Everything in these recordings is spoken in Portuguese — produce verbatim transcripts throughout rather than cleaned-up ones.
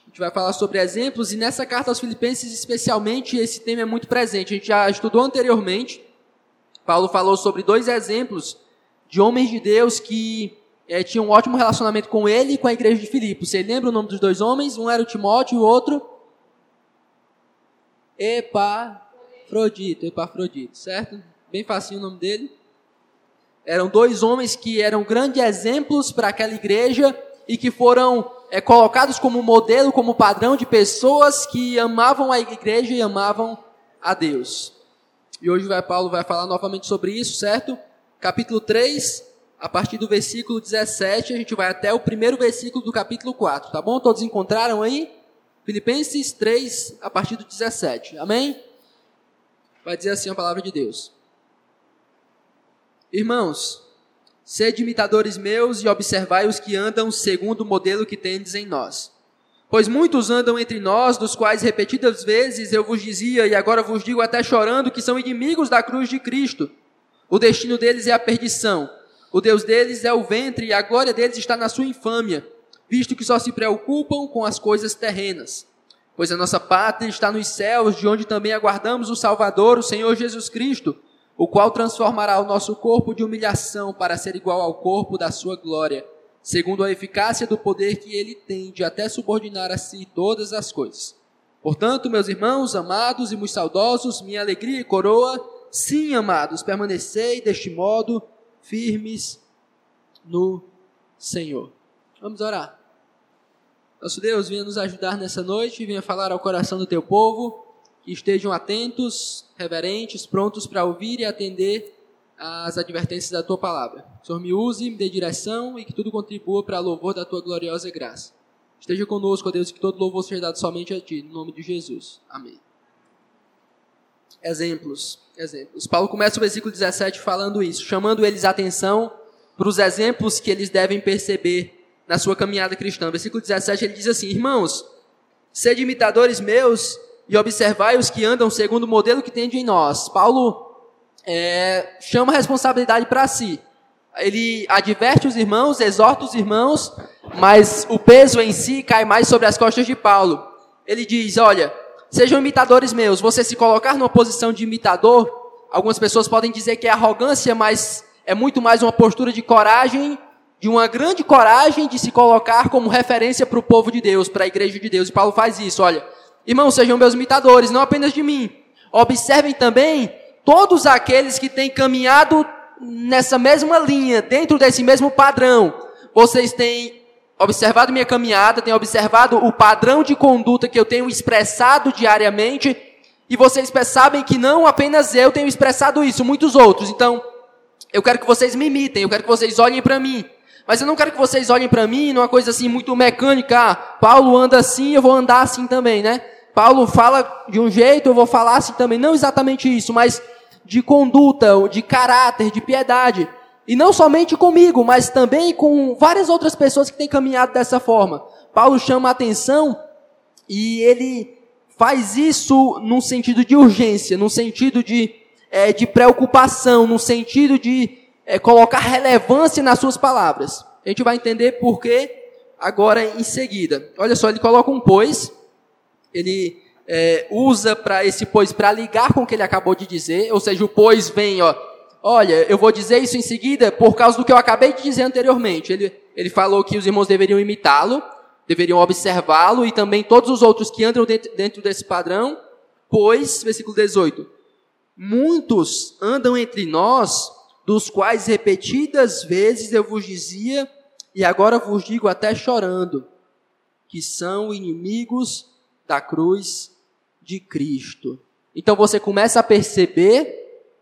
A gente vai falar sobre exemplos, e nessa carta aos Filipenses, especialmente, esse tema é muito presente. A gente já estudou anteriormente. Paulo falou sobre dois exemplos de homens de Deus que é, tinham um ótimo relacionamento com ele e com a igreja de Filipos. Você lembra o nome dos dois homens? Um era o Timóteo e o outro? Epafrodito, Epafrodito, certo? Bem facinho o nome dele. Eram dois homens que eram grandes exemplos para aquela igreja e que foram é, colocados como modelo, como padrão de pessoas que amavam a igreja e amavam a Deus. E hoje vai, Paulo vai falar novamente sobre isso, certo? Capítulo três, a partir do versículo dezessete, a gente vai até o primeiro versículo do capítulo quatro, tá bom? Todos encontraram aí? Filipenses três, a partir do dezessete, amém? Vai dizer assim a palavra de Deus. Irmãos, sede imitadores meus e observai os que andam segundo o modelo que tendes em nós. Pois muitos andam entre nós, dos quais repetidas vezes eu vos dizia, e agora vos digo até chorando, que são inimigos da cruz de Cristo. O destino deles é a perdição, o Deus deles é o ventre, e a glória deles está na sua infâmia, visto que só se preocupam com as coisas terrenas. Pois a nossa pátria está nos céus, de onde também aguardamos o Salvador, o Senhor Jesus Cristo, o qual transformará o nosso corpo de humilhação para ser igual ao corpo da sua glória, segundo a eficácia do poder que ele tem de até subordinar a si todas as coisas. Portanto, meus irmãos, amados e muito saudosos, minha alegria e coroa, sim, amados, permanecei deste modo, firmes no Senhor. Vamos orar. Nosso Deus, venha nos ajudar nessa noite, venha falar ao coração do teu povo, que estejam atentos, reverentes, prontos para ouvir e atender às advertências da tua palavra. Que o Senhor me use, me dê direção e que tudo contribua para o louvor da tua gloriosa graça. Esteja conosco, ó Deus, e que todo louvor seja dado somente a ti, no nome de Jesus. Amém. Exemplos, exemplos. Paulo começa o versículo dezessete falando isso, chamando eles a atenção para os exemplos que eles devem perceber na sua caminhada cristã. Versículo dezessete, ele diz assim: irmãos, sede imitadores meus e observai os que andam segundo o modelo que tende em nós. Paulo é, chama a responsabilidade para si. Ele adverte os irmãos, exorta os irmãos, mas o peso em si cai mais sobre as costas de Paulo. Ele diz, olha, sejam imitadores meus. Você se colocar numa posição de imitador, algumas pessoas podem dizer que é arrogância, mas é muito mais uma postura de coragem, de uma grande coragem de se colocar como referência para o povo de Deus, para a igreja de Deus. E Paulo faz isso, olha. Irmãos, sejam meus imitadores, não apenas de mim. Observem também todos aqueles que têm caminhado nessa mesma linha, dentro desse mesmo padrão. Vocês têm observado minha caminhada, têm observado o padrão de conduta que eu tenho expressado diariamente, e vocês sabem que não apenas eu tenho expressado isso, muitos outros. Então, eu quero que vocês me imitem, eu quero que vocês olhem para mim. Mas eu não quero que vocês olhem para mim numa coisa assim muito mecânica. Ah, Paulo anda assim, eu vou andar assim também, né? Paulo fala de um jeito, eu vou falar assim também. Não exatamente isso, mas de conduta, de caráter, de piedade. E não somente comigo, mas também com várias outras pessoas que têm caminhado dessa forma. Paulo chama a atenção e ele faz isso num sentido de urgência, num sentido de, é, de preocupação, num sentido de É colocar relevância nas suas palavras. A gente vai entender por quê agora em seguida. Olha só, ele coloca um pois, ele é, usa para esse pois para ligar com o que ele acabou de dizer, ou seja, o pois vem, ó, olha, eu vou dizer isso em seguida por causa do que eu acabei de dizer anteriormente. Ele, ele falou que os irmãos deveriam imitá-lo, deveriam observá-lo, e também todos os outros que andam dentro, dentro desse padrão, pois, versículo dezoito, muitos andam entre nós, dos quais repetidas vezes eu vos dizia, e agora vos digo até chorando, que são inimigos da cruz de Cristo. Então você começa a perceber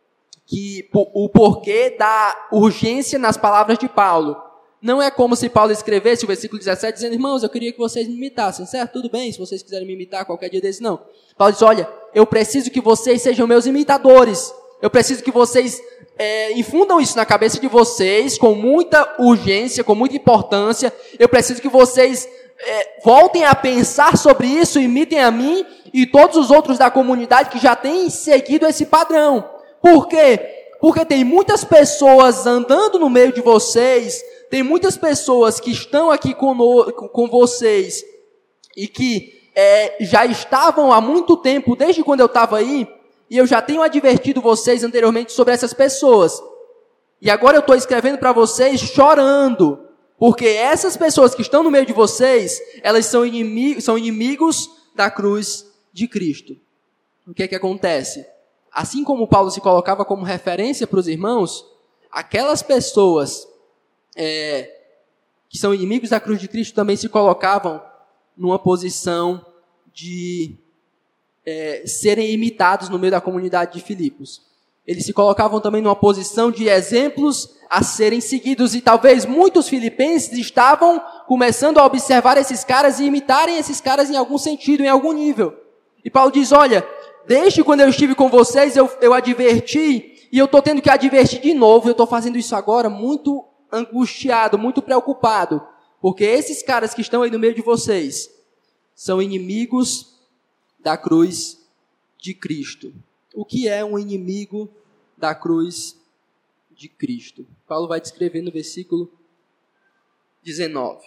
que o porquê da urgência nas palavras de Paulo. Não é como se Paulo escrevesse o versículo dezessete dizendo, irmãos, eu queria que vocês me imitassem, certo? Tudo bem, se vocês quiserem me imitar qualquer dia desse, não. Paulo diz, olha, eu preciso que vocês sejam meus imitadores. Eu preciso que vocês é, infundam isso na cabeça de vocês com muita urgência, com muita importância. Eu preciso que vocês é, voltem a pensar sobre isso, imitem a mim e todos os outros da comunidade que já têm seguido esse padrão. Por quê? Porque tem muitas pessoas andando no meio de vocês, tem muitas pessoas que estão aqui com, com vocês e que é, já estavam há muito tempo, desde quando eu estava aí, e eu já tenho advertido vocês anteriormente sobre essas pessoas. E agora eu estou escrevendo para vocês chorando, porque essas pessoas que estão no meio de vocês, elas são inimigos, são inimigos da cruz de Cristo. O que é que acontece? Assim como Paulo se colocava como referência para os irmãos, aquelas pessoas é, que são inimigos da cruz de Cristo também se colocavam numa posição de é, serem imitados no meio da comunidade de Filipos. Eles se colocavam também numa posição de exemplos a serem seguidos, e talvez muitos filipenses estavam começando a observar esses caras e imitarem esses caras em algum sentido, em algum nível. E Paulo diz, olha, desde quando eu estive com vocês, eu, eu adverti, e eu estou tendo que advertir de novo, eu estou fazendo isso agora muito angustiado, muito preocupado, porque esses caras que estão aí no meio de vocês são inimigos da cruz de Cristo. O que é um inimigo da cruz de Cristo? Paulo vai descrever no versículo dezenove.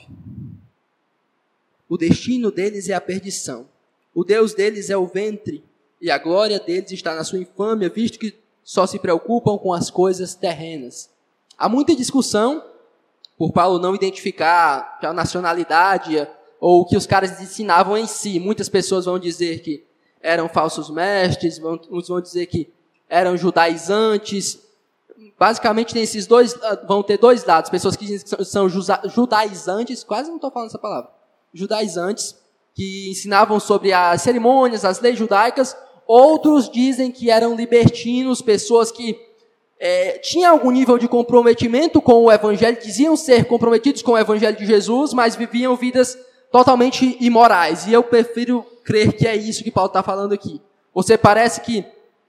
O destino deles é a perdição. O Deus deles é o ventre, e a glória deles está na sua infâmia, visto que só se preocupam com as coisas terrenas. Há muita discussão, por Paulo não identificar a nacionalidade ou o que os caras ensinavam em si. Muitas pessoas vão dizer que eram falsos mestres, uns vão dizer que eram judaizantes. Basicamente, tem esses dois, vão ter dois lados. Pessoas que dizem que são judaizantes, quase não estou falando essa palavra, judaizantes, que ensinavam sobre as cerimônias, as leis judaicas. Outros dizem que eram libertinos, pessoas que é, tinham algum nível de comprometimento com o evangelho, diziam ser comprometidos com o evangelho de Jesus, mas viviam vidas totalmente imorais. E eu prefiro crer que é isso que Paulo está falando aqui. Você parece que,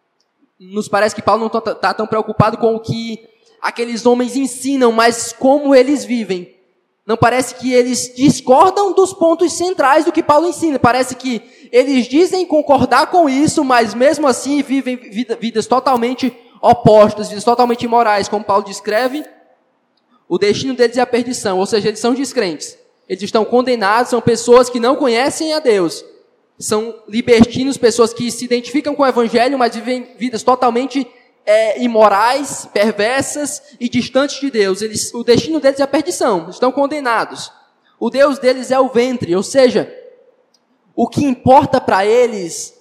nos parece que Paulo não está tão preocupado com o que aqueles homens ensinam, mas como eles vivem. Não parece que eles discordam dos pontos centrais do que Paulo ensina. Parece que eles dizem concordar com isso, mas mesmo assim vivem vida, vidas totalmente opostas, vidas totalmente imorais. Como Paulo descreve, o destino deles é a perdição, ou seja, eles são descrentes. Eles estão condenados, são pessoas que não conhecem a Deus. São libertinos, pessoas que se identificam com o evangelho, mas vivem vidas totalmente é, imorais, perversas e distantes de Deus. Eles, o destino deles é a perdição, estão condenados. O Deus deles é o ventre, ou seja, o que importa para eles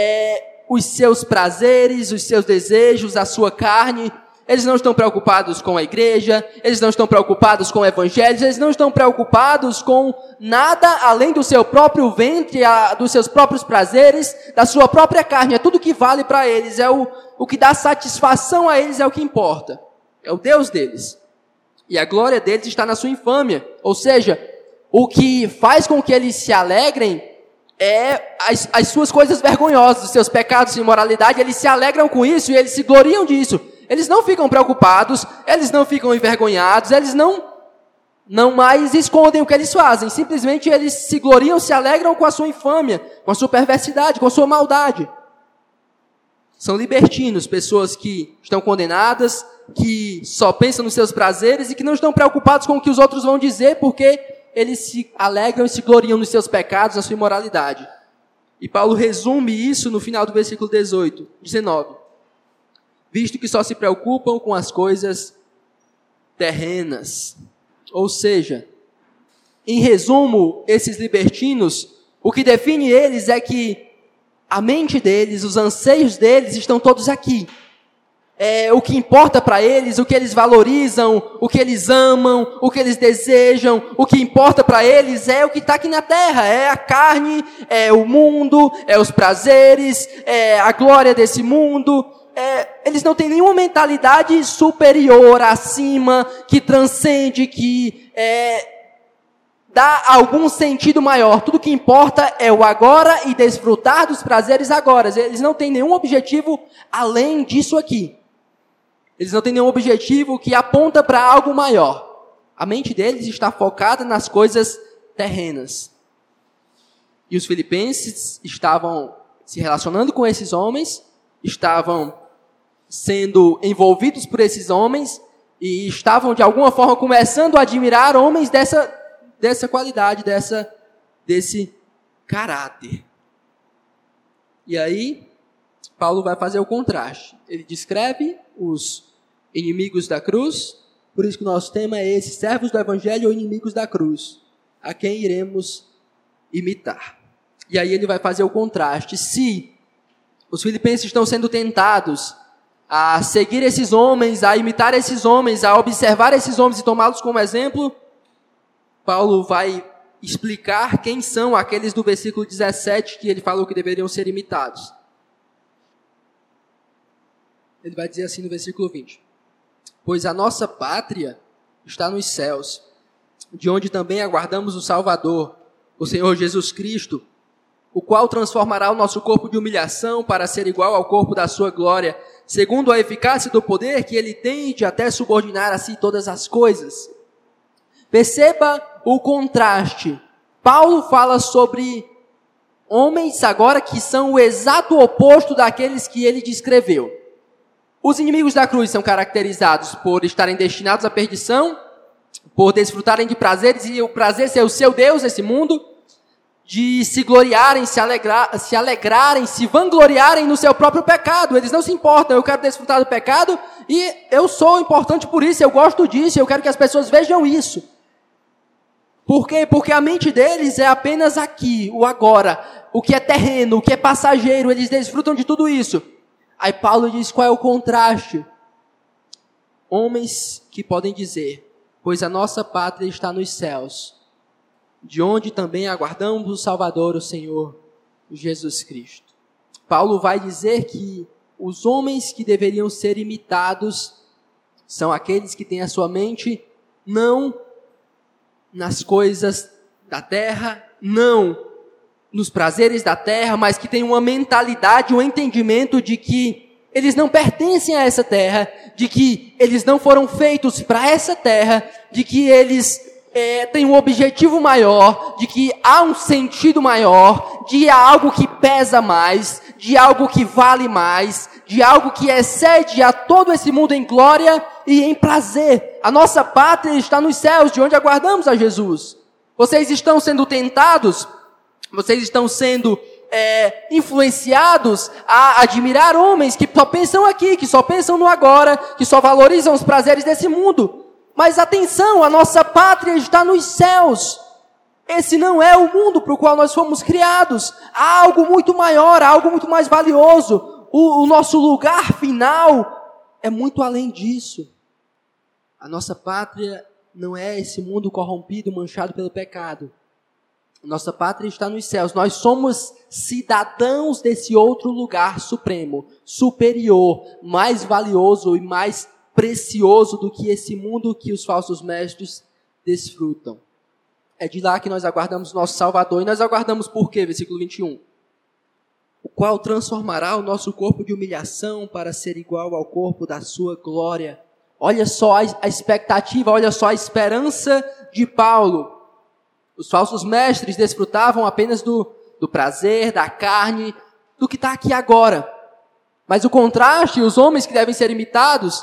é os seus prazeres, os seus desejos, a sua carne. Eles não estão preocupados com a igreja, eles não estão preocupados com o evangelho, eles não estão preocupados com nada além do seu próprio ventre, a, dos seus próprios prazeres, da sua própria carne. É tudo que vale para eles, é o, o que dá satisfação a eles, é o que importa. É o Deus deles. E a glória deles está na sua infâmia. Ou seja, o que faz com que eles se alegrem é as, as suas coisas vergonhosas, os seus pecados e imoralidade. Eles se alegram com isso e eles se gloriam disso. Eles não ficam preocupados, eles não ficam envergonhados, eles não, não mais escondem o que eles fazem. Simplesmente eles se gloriam, se alegram com a sua infâmia, com a sua perversidade, com a sua maldade. São libertinos, pessoas que estão condenadas, que só pensam nos seus prazeres e que não estão preocupados com o que os outros vão dizer, porque eles se alegram e se gloriam nos seus pecados, na sua imoralidade. E Paulo resume isso no final do versículo dezoito, dezenove. Visto que só se preocupam com as coisas terrenas. Ou seja, em resumo, esses libertinos, o que define eles é que a mente deles, os anseios deles estão todos aqui. É, o que importa para eles, o que eles valorizam, o que eles amam, o que eles desejam, o que importa para eles é o que está aqui na terra, é a carne, é o mundo, é os prazeres, é a glória desse mundo. É, eles não têm nenhuma mentalidade superior, acima, que transcende, que é, dá algum sentido maior. Tudo que importa é o agora e desfrutar dos prazeres agora. Eles não têm nenhum objetivo além disso aqui. Eles não têm nenhum objetivo que aponta para algo maior. A mente deles está focada nas coisas terrenas. E os filipenses estavam se relacionando com esses homens, estavam sendo envolvidos por esses homens e estavam de alguma forma começando a admirar homens dessa, dessa qualidade, dessa, desse caráter. E aí, Paulo vai fazer o contraste. Ele descreve os inimigos da cruz, por isso que o nosso tema é esse, servos do evangelho ou inimigos da cruz, a quem iremos imitar. E aí ele vai fazer o contraste. Se os filipenses estão sendo tentados a seguir esses homens, a imitar esses homens, a observar esses homens e tomá-los como exemplo, Paulo vai explicar quem são aqueles do versículo dezessete que ele falou que deveriam ser imitados. Ele vai dizer assim no versículo vinte. Pois a nossa pátria está nos céus, de onde também aguardamos o Salvador, o Senhor Jesus Cristo, o qual transformará o nosso corpo de humilhação para ser igual ao corpo da sua glória, segundo a eficácia do poder que ele tem de até subordinar a si todas as coisas. Perceba o contraste. Paulo fala sobre homens agora que são o exato oposto daqueles que ele descreveu. Os inimigos da cruz são caracterizados por estarem destinados à perdição, por desfrutarem de prazeres e o prazer ser o seu Deus nesse mundo, de se gloriarem, se, alegrar, se alegrarem, se vangloriarem no seu próprio pecado. Eles não se importam, eu quero desfrutar do pecado e eu sou importante por isso, eu gosto disso, eu quero que as pessoas vejam isso. Por quê? Porque a mente deles é apenas aqui, o agora, o que é terreno, o que é passageiro, eles desfrutam de tudo isso. Aí Paulo diz qual é o contraste. Homens que podem dizer, pois a nossa pátria está nos céus, de onde também aguardamos o Salvador, o Senhor Jesus Cristo. Paulo vai dizer que os homens que deveriam ser imitados são aqueles que têm a sua mente não nas coisas da terra, não nos prazeres da terra, mas que têm uma mentalidade, um entendimento de que eles não pertencem a essa terra, de que eles não foram feitos para essa terra, de que eles é, têm um objetivo maior, de que há um sentido maior, de algo que pesa mais, de algo que vale mais, de algo que excede a todo esse mundo em glória e em prazer. A nossa pátria está nos céus, de onde aguardamos a Jesus. Vocês estão sendo tentados, vocês estão sendo é, influenciados a admirar homens que só pensam aqui, que só pensam no agora, que só valorizam os prazeres desse mundo. Mas atenção, a nossa pátria está nos céus. Esse não é o mundo para o qual nós fomos criados. Há algo muito maior, há algo muito mais valioso. O, o nosso lugar final é muito além disso. A nossa pátria não é esse mundo corrompido, manchado pelo pecado. Nossa pátria está nos céus. Nós somos cidadãos desse outro lugar supremo, superior, mais valioso e mais precioso do que esse mundo que os falsos mestres desfrutam. É de lá que nós aguardamos nosso Salvador. E nós aguardamos por quê? Versículo vinte e um. O qual transformará o nosso corpo de humilhação para ser igual ao corpo da sua glória. Olha só a expectativa, olha só a esperança de Paulo. Os falsos mestres desfrutavam apenas do, do prazer, da carne, do que está aqui agora. Mas o contraste, os homens que devem ser imitados,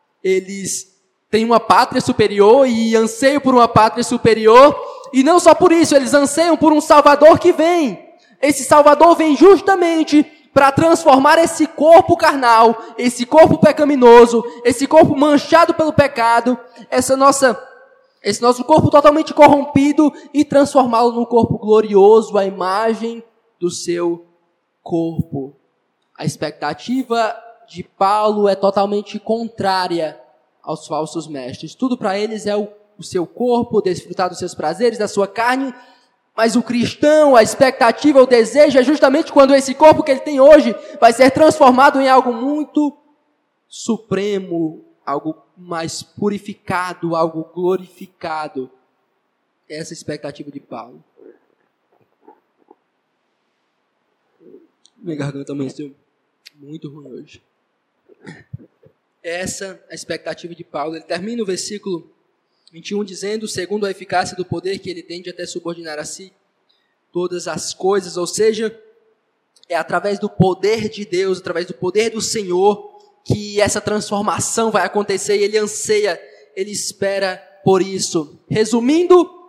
eles têm uma pátria superior e anseiam por uma pátria superior. E não só por isso, eles anseiam por um Salvador que vem. Esse Salvador vem justamente para transformar esse corpo carnal, esse corpo pecaminoso, esse corpo manchado pelo pecado, essa nossa... esse nosso corpo totalmente corrompido e transformá-lo num corpo glorioso, à imagem do seu corpo. A expectativa de Paulo é totalmente contrária aos falsos mestres. Tudo para eles é o, o seu corpo, desfrutar dos seus prazeres, da sua carne, mas o cristão, a expectativa, o desejo é justamente quando esse corpo que ele tem hoje vai ser transformado em algo muito supremo, algo mais purificado, algo glorificado. Essa é a expectativa de Paulo. Minha garganta amanheceu muito ruim hoje. Essa é a expectativa de Paulo. Ele termina o versículo vinte e um dizendo, segundo a eficácia do poder que ele tem de até subordinar a si todas as coisas, ou seja, é através do poder de Deus, através do poder do Senhor, que essa transformação vai acontecer e ele anseia, ele espera por isso. Resumindo,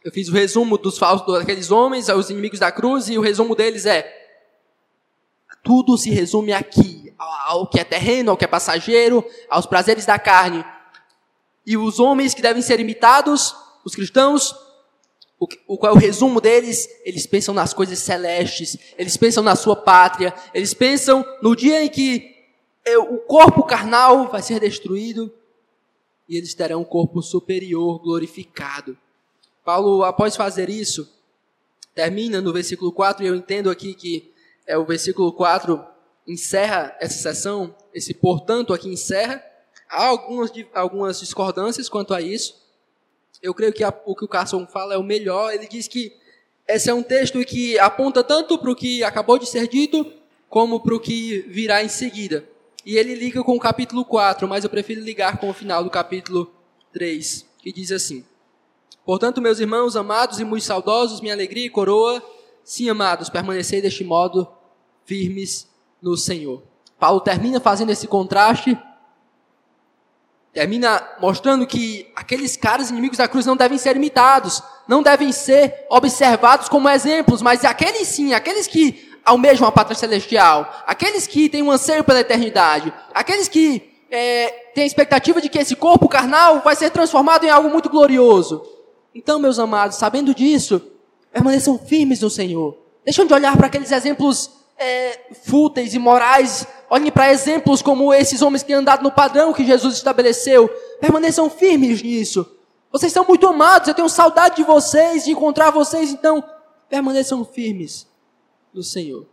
Eu fiz o resumo dos falsos, daqueles homens, os inimigos da cruz, e o resumo deles é: tudo se resume aqui, ao que é terreno, ao que é passageiro, aos prazeres da carne. E os homens que devem ser imitados, os cristãos, o, o qual é o resumo deles? Eles pensam nas coisas celestes, eles pensam na sua pátria, eles pensam no dia em que o corpo carnal vai ser destruído e eles terão um corpo superior, glorificado. Paulo, após fazer isso, termina no versículo quatro, e eu entendo aqui que é o versículo quatro encerra essa sessão, esse portanto aqui encerra. Há algumas, algumas discordâncias quanto a isso. Eu creio que a, o que o Carson fala é o melhor. Ele diz que esse é um texto que aponta tanto para o que acabou de ser dito, como para o que virá em seguida. E ele liga com o capítulo quatro, mas eu prefiro ligar com o final do capítulo três, que diz assim: portanto, meus irmãos amados e muito saudosos, minha alegria e coroa, sim, amados, permanecei deste modo firmes no Senhor. Paulo termina fazendo esse contraste, termina mostrando que aqueles caras inimigos da cruz não devem ser imitados, não devem ser observados como exemplos, mas aqueles sim, aqueles que almejam a pátria celestial, aqueles que têm um anseio pela eternidade, aqueles que é, têm a expectativa de que esse corpo carnal vai ser transformado em algo muito glorioso. Então, meus amados, sabendo disso, permaneçam firmes no Senhor. Deixam de olhar para aqueles exemplos é, fúteis e morais. Olhem para exemplos como esses homens que têm andado no padrão que Jesus estabeleceu. Permaneçam firmes nisso. Vocês são muito amados, eu tenho saudade de vocês, de encontrar vocês, então permaneçam firmes no Senhor.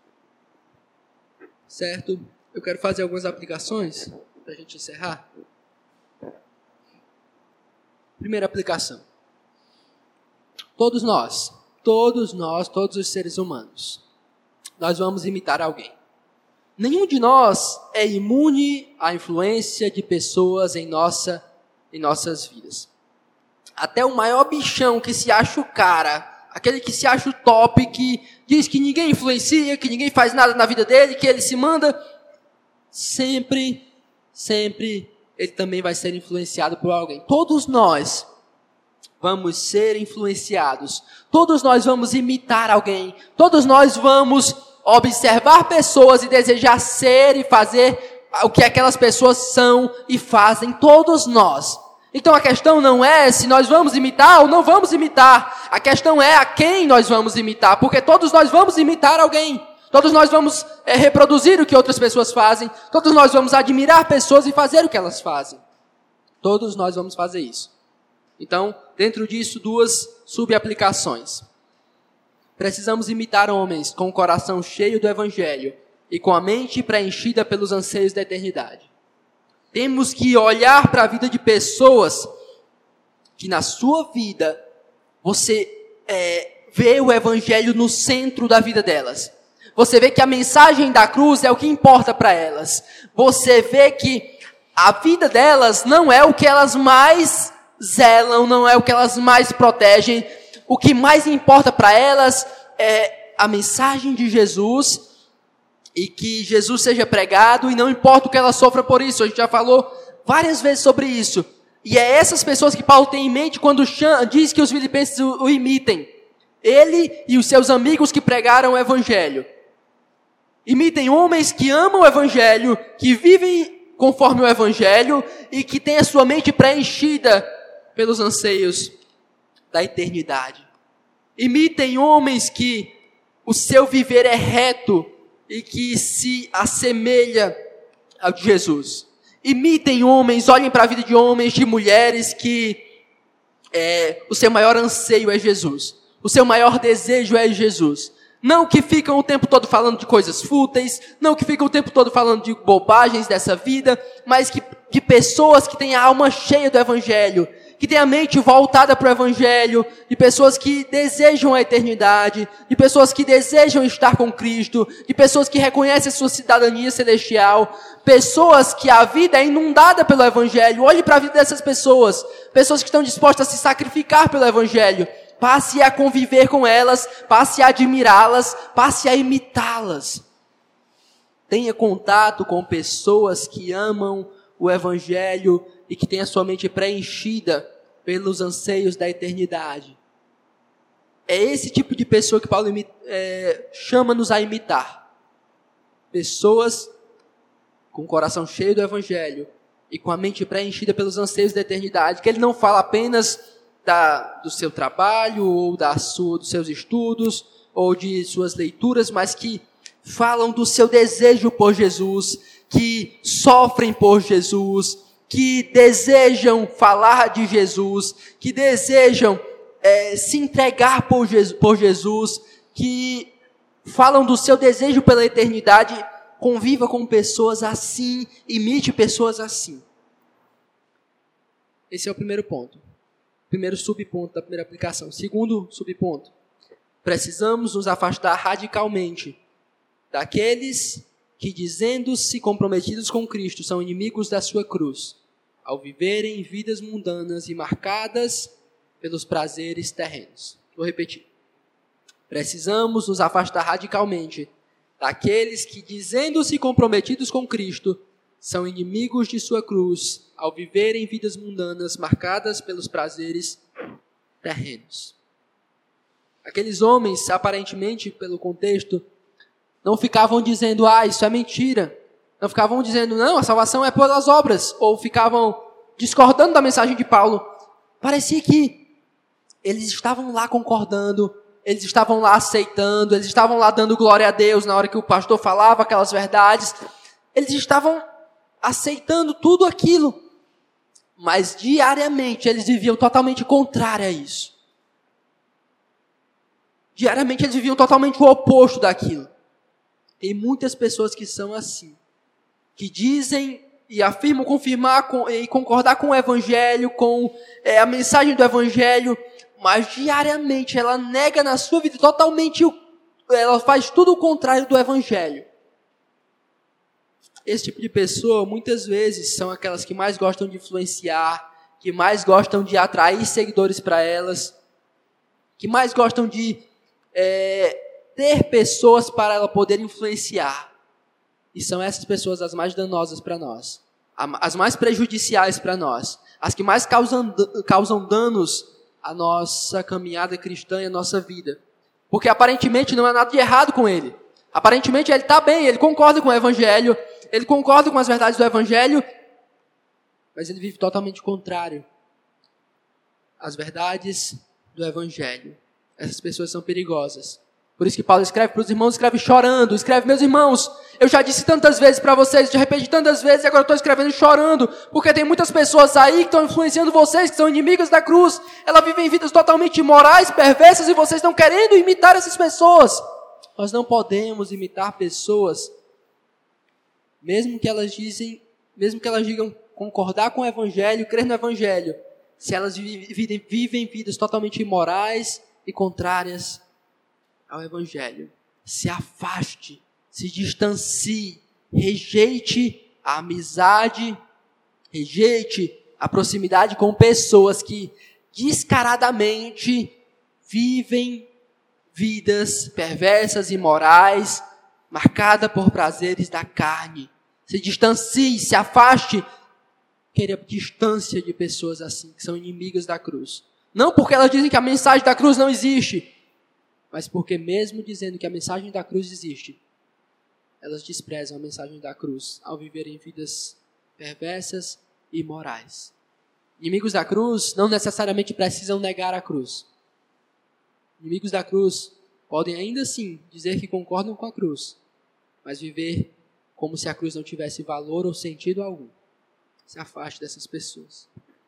Certo? Eu quero fazer algumas aplicações para a gente encerrar. Primeira aplicação. Todos nós, todos nós, todos os seres humanos, nós vamos imitar alguém. Nenhum de nós é imune à influência de pessoas em, nossa, em nossas vidas. Até o maior bichão que se acha o cara, aquele que se acha o top, que diz que ninguém influencia, que ninguém faz nada na vida dele, que ele se manda, sempre, sempre ele também vai ser influenciado por alguém. Todos nós vamos ser influenciados. Todos nós vamos imitar alguém. Todos nós vamos observar pessoas e desejar ser e fazer o que aquelas pessoas são e fazem. Todos nós. Então a questão não é se nós vamos imitar ou não vamos imitar. A questão é a quem nós vamos imitar. Porque todos nós vamos imitar alguém. Todos nós vamos é, reproduzir o que outras pessoas fazem. Todos nós vamos admirar pessoas e fazer o que elas fazem. Todos nós vamos fazer isso. Então, dentro disso, duas subaplicações. Precisamos imitar homens com o coração cheio do Evangelho e com a mente preenchida pelos anseios da eternidade. Temos que olhar para a vida de pessoas que na sua vida você é, vê o Evangelho no centro da vida delas. Você vê que a mensagem da cruz é o que importa para elas. Você vê que a vida delas não é o que elas mais zelam, não é o que elas mais protegem. O que mais importa para elas é a mensagem de Jesus e que Jesus seja pregado, e não importa o que ela sofra por isso. A gente já falou várias vezes sobre isso. E é essas pessoas que Paulo tem em mente quando diz que os filipenses o, o imitem. Ele e os seus amigos que pregaram o Evangelho. Imitem homens que amam o Evangelho, que vivem conforme o Evangelho e que têm a sua mente preenchida pelos anseios da eternidade. Imitem homens que o seu viver é reto e que se assemelha ao de Jesus. Imitem homens, olhem para a vida de homens, de mulheres que é, o seu maior anseio é Jesus. O seu maior desejo é Jesus. Não que ficam o tempo todo falando de coisas fúteis, não que ficam o tempo todo falando de bobagens dessa vida, mas que, de pessoas que têm a alma cheia do Evangelho, que têm a mente voltada para o Evangelho, de pessoas que desejam a eternidade, de pessoas que desejam estar com Cristo, de pessoas que reconhecem a sua cidadania celestial, pessoas que a vida é inundada pelo Evangelho. Olhe para a vida dessas pessoas, pessoas que estão dispostas a se sacrificar pelo Evangelho. Passe a conviver com elas, passe a admirá-las, passe a imitá-las. Tenha contato com pessoas que amam o Evangelho e que têm a sua mente preenchida pelos anseios da eternidade. É esse tipo de pessoa que Paulo é, chama-nos a imitar. Pessoas com o coração cheio do Evangelho e com a mente preenchida pelos anseios da eternidade, que ele não fala apenas da, do seu trabalho, ou da sua, dos seus estudos, ou de suas leituras, mas que falam do seu desejo por Jesus, que sofrem por Jesus, que desejam falar de Jesus, que desejam é, se entregar por Jesus, por Jesus, que falam do seu desejo pela eternidade. Conviva com pessoas assim, imite pessoas assim. Esse é o primeiro ponto. Primeiro subponto da primeira aplicação. Segundo subponto. Precisamos nos afastar radicalmente daqueles que, dizendo-se comprometidos com Cristo, são inimigos da sua cruz, ao viverem vidas mundanas e marcadas pelos prazeres terrenos. Vou repetir. Precisamos nos afastar radicalmente daqueles que, dizendo-se comprometidos com Cristo, são inimigos de sua cruz, ao viverem vidas mundanas marcadas pelos prazeres terrenos. Aqueles homens, aparentemente, pelo contexto, não ficavam dizendo, ah, isso é mentira. Não ficavam dizendo, não, a salvação é pelas obras. Ou ficavam discordando da mensagem de Paulo. Parecia que eles estavam lá concordando, eles estavam lá aceitando, eles estavam lá dando glória a Deus na hora que o pastor falava aquelas verdades. Eles estavam aceitando tudo aquilo. Mas diariamente eles viviam totalmente contrário a isso. Diariamente eles viviam totalmente o oposto daquilo. Tem muitas pessoas que são assim, que dizem e afirmam confirmar com, e concordar com o Evangelho, com é, a mensagem do Evangelho, mas diariamente ela nega na sua vida totalmente, o, ela faz tudo o contrário do Evangelho. Esse tipo de pessoa, muitas vezes, são aquelas que mais gostam de influenciar, que mais gostam de atrair seguidores para elas, que mais gostam de é, ter pessoas para ela poder influenciar. E são essas pessoas as mais danosas para nós, as mais prejudiciais para nós, as que mais causam, causam danos à nossa caminhada cristã e à nossa vida. Porque aparentemente não há nada de errado com ele. Aparentemente ele está bem, ele concorda com o Evangelho, ele concorda com as verdades do Evangelho, mas ele vive totalmente contrário às verdades do Evangelho. Essas pessoas são perigosas. Por isso que Paulo escreve para os irmãos, escreve chorando, escreve, meus irmãos, eu já disse tantas vezes para vocês, já repeti tantas vezes, e agora estou escrevendo chorando, porque tem muitas pessoas aí que estão influenciando vocês, que são inimigas da cruz, elas vivem vidas totalmente imorais, perversas, e vocês estão querendo imitar essas pessoas. Nós não podemos imitar pessoas, mesmo que elas dizem, mesmo que elas digam concordar com o Evangelho, crer no Evangelho, se elas vivem, vivem vidas totalmente imorais e contrárias ao Evangelho. Se afaste, se distancie, rejeite a amizade, rejeite a proximidade com pessoas que descaradamente vivem vidas perversas e imorais, marcadas por prazeres da carne. Se distancie, se afaste, queira distância de pessoas assim, que são inimigas da cruz. Não porque elas dizem que a mensagem da cruz não existe, mas porque mesmo dizendo que a mensagem da cruz existe, elas desprezam a mensagem da cruz ao viverem vidas perversas e imorais. Inimigos da cruz não necessariamente precisam negar a cruz. Inimigos da cruz podem ainda assim dizer que concordam com a cruz, mas viver como se a cruz não tivesse valor ou sentido algum. Se afaste dessas pessoas.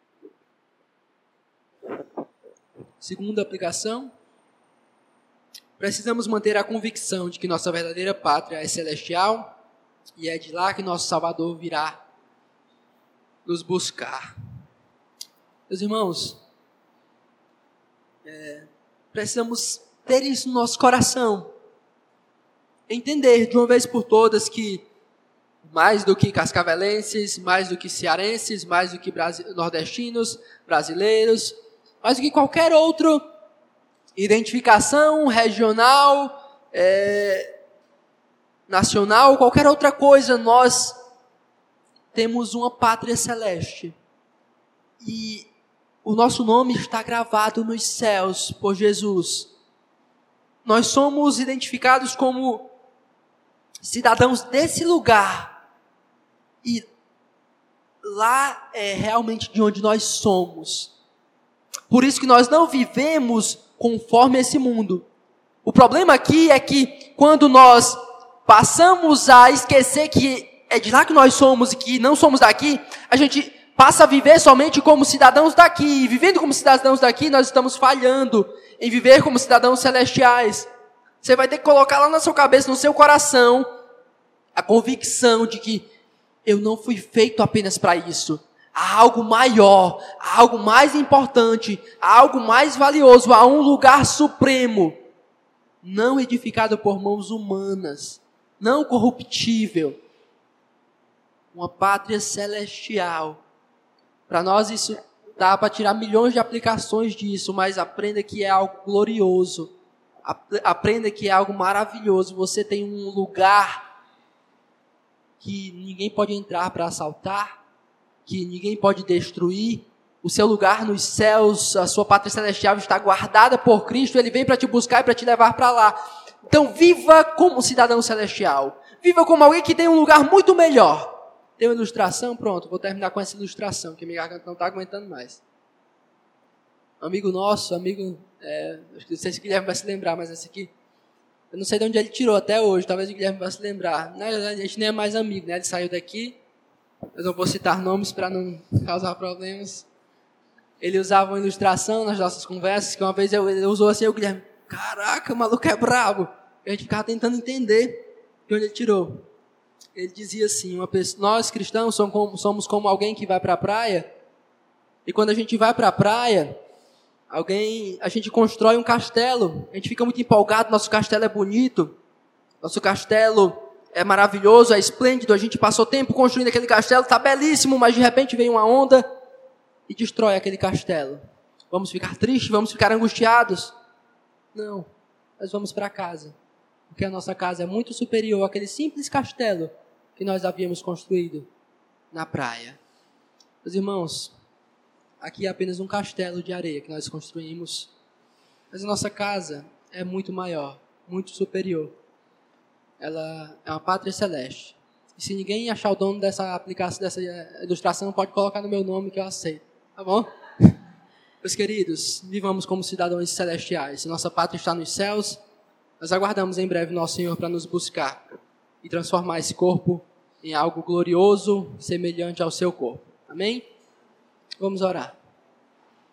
Segunda aplicação. Precisamos manter a convicção de que nossa verdadeira pátria é celestial e é de lá que nosso Salvador virá nos buscar. Meus irmãos, é, precisamos ter isso no nosso coração. Entender de uma vez por todas que mais do que cascavelenses, mais do que cearenses, mais do que brasi- nordestinos, brasileiros, mais do que qualquer outro identificação regional, é, nacional, qualquer outra coisa, nós temos uma pátria celeste. E o nosso nome está gravado nos céus por Jesus. nós somos identificados como cidadãos desse lugar. E lá é realmente de onde nós somos. Por isso que nós não vivemos conforme esse mundo. O problema aqui é que quando nós passamos a esquecer que é de lá que nós somos e que não somos daqui, a gente passa a viver somente como cidadãos daqui. E vivendo como cidadãos daqui, nós estamos falhando em viver como cidadãos celestiais. Você vai ter que colocar lá na sua cabeça, no seu coração, a convicção de que eu não fui feito apenas para isso. Há algo maior, há algo mais importante, há algo mais valioso, há um lugar supremo, não edificado por mãos humanas, não corruptível, uma pátria celestial. Para nós isso dá para tirar milhões de aplicações disso, mas aprenda que é algo glorioso, aprenda que é algo maravilhoso. Você tem um lugar que ninguém pode entrar para assaltar, que ninguém pode destruir. O seu lugar nos céus, a sua pátria celestial está guardada por Cristo. Ele vem para te buscar e para te levar para lá. Então viva como cidadão celestial. Viva como alguém que tem um lugar muito melhor. Tem uma ilustração? Pronto, vou terminar com essa ilustração, que minha garganta não está aguentando mais. Amigo nosso, amigo, é, não sei se o Guilherme vai se lembrar, mas esse aqui, eu não sei de onde ele tirou até hoje, talvez o Guilherme vai se lembrar. Na verdade, a gente nem é mais amigo, né? Ele saiu daqui, eu não vou citar nomes para não causar problemas. Ele usava uma ilustração nas nossas conversas, que uma vez eu, ele usou assim, o Guilherme, caraca, o maluco é brabo. E a gente ficava tentando entender de onde ele tirou. Ele dizia assim, uma pessoa, nós cristãos somos como, somos como alguém que vai para a praia, e quando a gente vai para a praia, alguém, a gente constrói um castelo, a gente fica muito empolgado, nosso castelo é bonito, nosso castelo é maravilhoso, é esplêndido, a gente passou tempo construindo aquele castelo, está belíssimo, mas de repente vem uma onda e destrói aquele castelo. Vamos ficar tristes, vamos ficar angustiados? Não, nós vamos para casa, porque a nossa casa é muito superior àquele simples castelo que nós havíamos construído na praia. Meus irmãos, aqui é apenas um castelo de areia que nós construímos, mas a nossa casa é muito maior, muito superior. Ela é uma pátria celeste. E se ninguém achar o dono dessa aplicação, dessa ilustração, pode colocar no meu nome que eu aceito. Tá bom? Meus queridos, vivamos como cidadãos celestiais. Se nossa pátria está nos céus, nós aguardamos em breve nosso Senhor para nos buscar e transformar esse corpo em algo glorioso, semelhante ao seu corpo. Amém? Vamos orar.